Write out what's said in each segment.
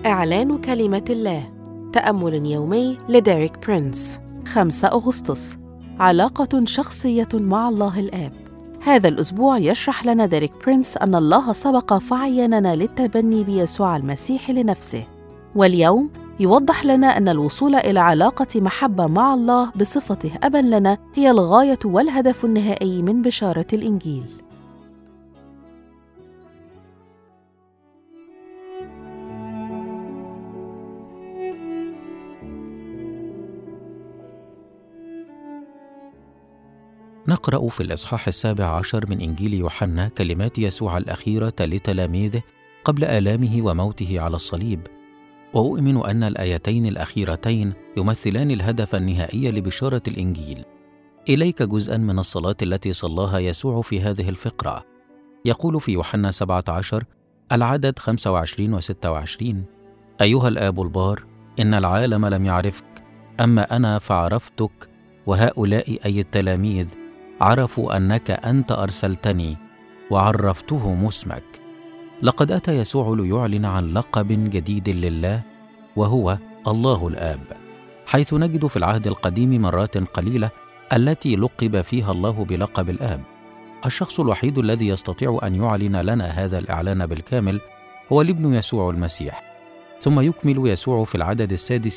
إعلان كلمة الله. تأمل يومي لديريك برينس. 5 أغسطس. علاقة شخصية مع الله الآب. هذا الأسبوع يشرح لنا ديريك برينس أن الله سبق فعيننا للتبني بيسوع المسيح لنفسه، واليوم يوضح لنا أن الوصول إلى علاقة محبة مع الله بصفته أباً لنا هي الغاية والهدف النهائي من بشارة الإنجيل. نقرأ في الإصحاح 17 من إنجيل يوحنا كلمات يسوع الأخيرة لتلاميذه قبل آلامه وموته على الصليب، وأؤمن أن الآيتين الأخيرتين يمثلان الهدف النهائي لبشارة الإنجيل. إليك جزءاً من الصلاة التي صلاها يسوع في هذه الفقرة. يقول في يوحنا 17 العدد 25 و 26: أيها الآب البار، إن العالم لم يعرفك، أما أنا فعرفتك، وهؤلاء أي التلاميذ عرفوا أنك أنت أرسلتني، وعرفتهم اسمك. لقد أتى يسوع ليعلن عن لقب جديد لله، وهو الله الآب، حيث نجد في العهد القديم مرات قليلة التي لقب فيها الله بلقب الآب. الشخص الوحيد الذي يستطيع أن يعلن لنا هذا الإعلان بالكامل هو الابن يسوع المسيح. ثم يكمل يسوع في العدد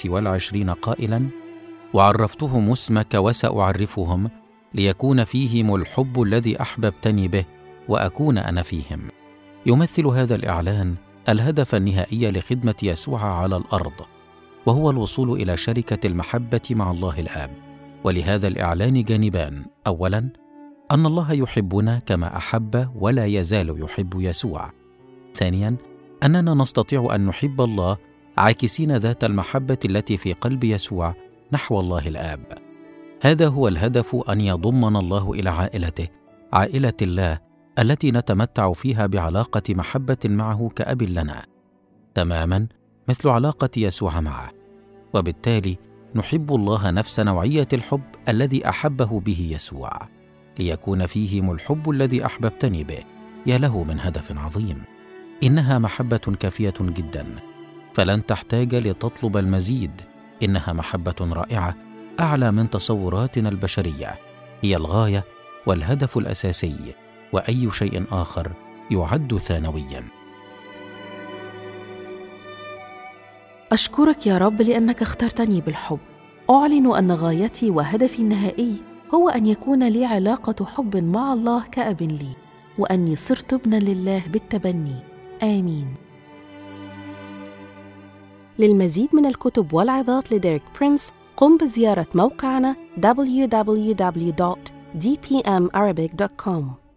26 قائلاً: وعرفتهم اسمك وسأعرفهم، ليكون فيهم الحب الذي أحببتني به وأكون أنا فيهم. يمثل هذا الإعلان الهدف النهائي لخدمة يسوع على الأرض، وهو الوصول إلى شركة المحبة مع الله الآب. ولهذا الإعلان جانبان: أولاً، أن الله يحبنا كما أحب ولا يزال يحب يسوع. ثانياً، أننا نستطيع أن نحب الله عاكسين ذات المحبة التي في قلب يسوع نحو الله الآب. هذا هو الهدف، أن يضمنا الله إلى عائلته، عائلة الله التي نتمتع فيها بعلاقة محبة معه كأب لنا، تماماً مثل علاقة يسوع معه. وبالتالي نحب الله نفس نوعية الحب الذي أحبه به يسوع، ليكون فيهم الحب الذي أحببتني به. يا له من هدف عظيم! إنها محبة كافية جداً، فلن تحتاج لتطلب المزيد. إنها محبة رائعة أعلى من تصوراتنا البشرية، هي الغاية والهدف الأساسي، وأي شيء آخر يعد ثانوياً. أشكرك يا رب لأنك اخترتني بالحب. أعلن أن غايتي وهدفي النهائي هو أن يكون لي علاقة حب مع الله كأب لي، وأني صرت ابناً لله بالتبني. آمين. للمزيد من الكتب والعظات لديريك برينس قم بزيارة موقعنا www.dpmarabic.com.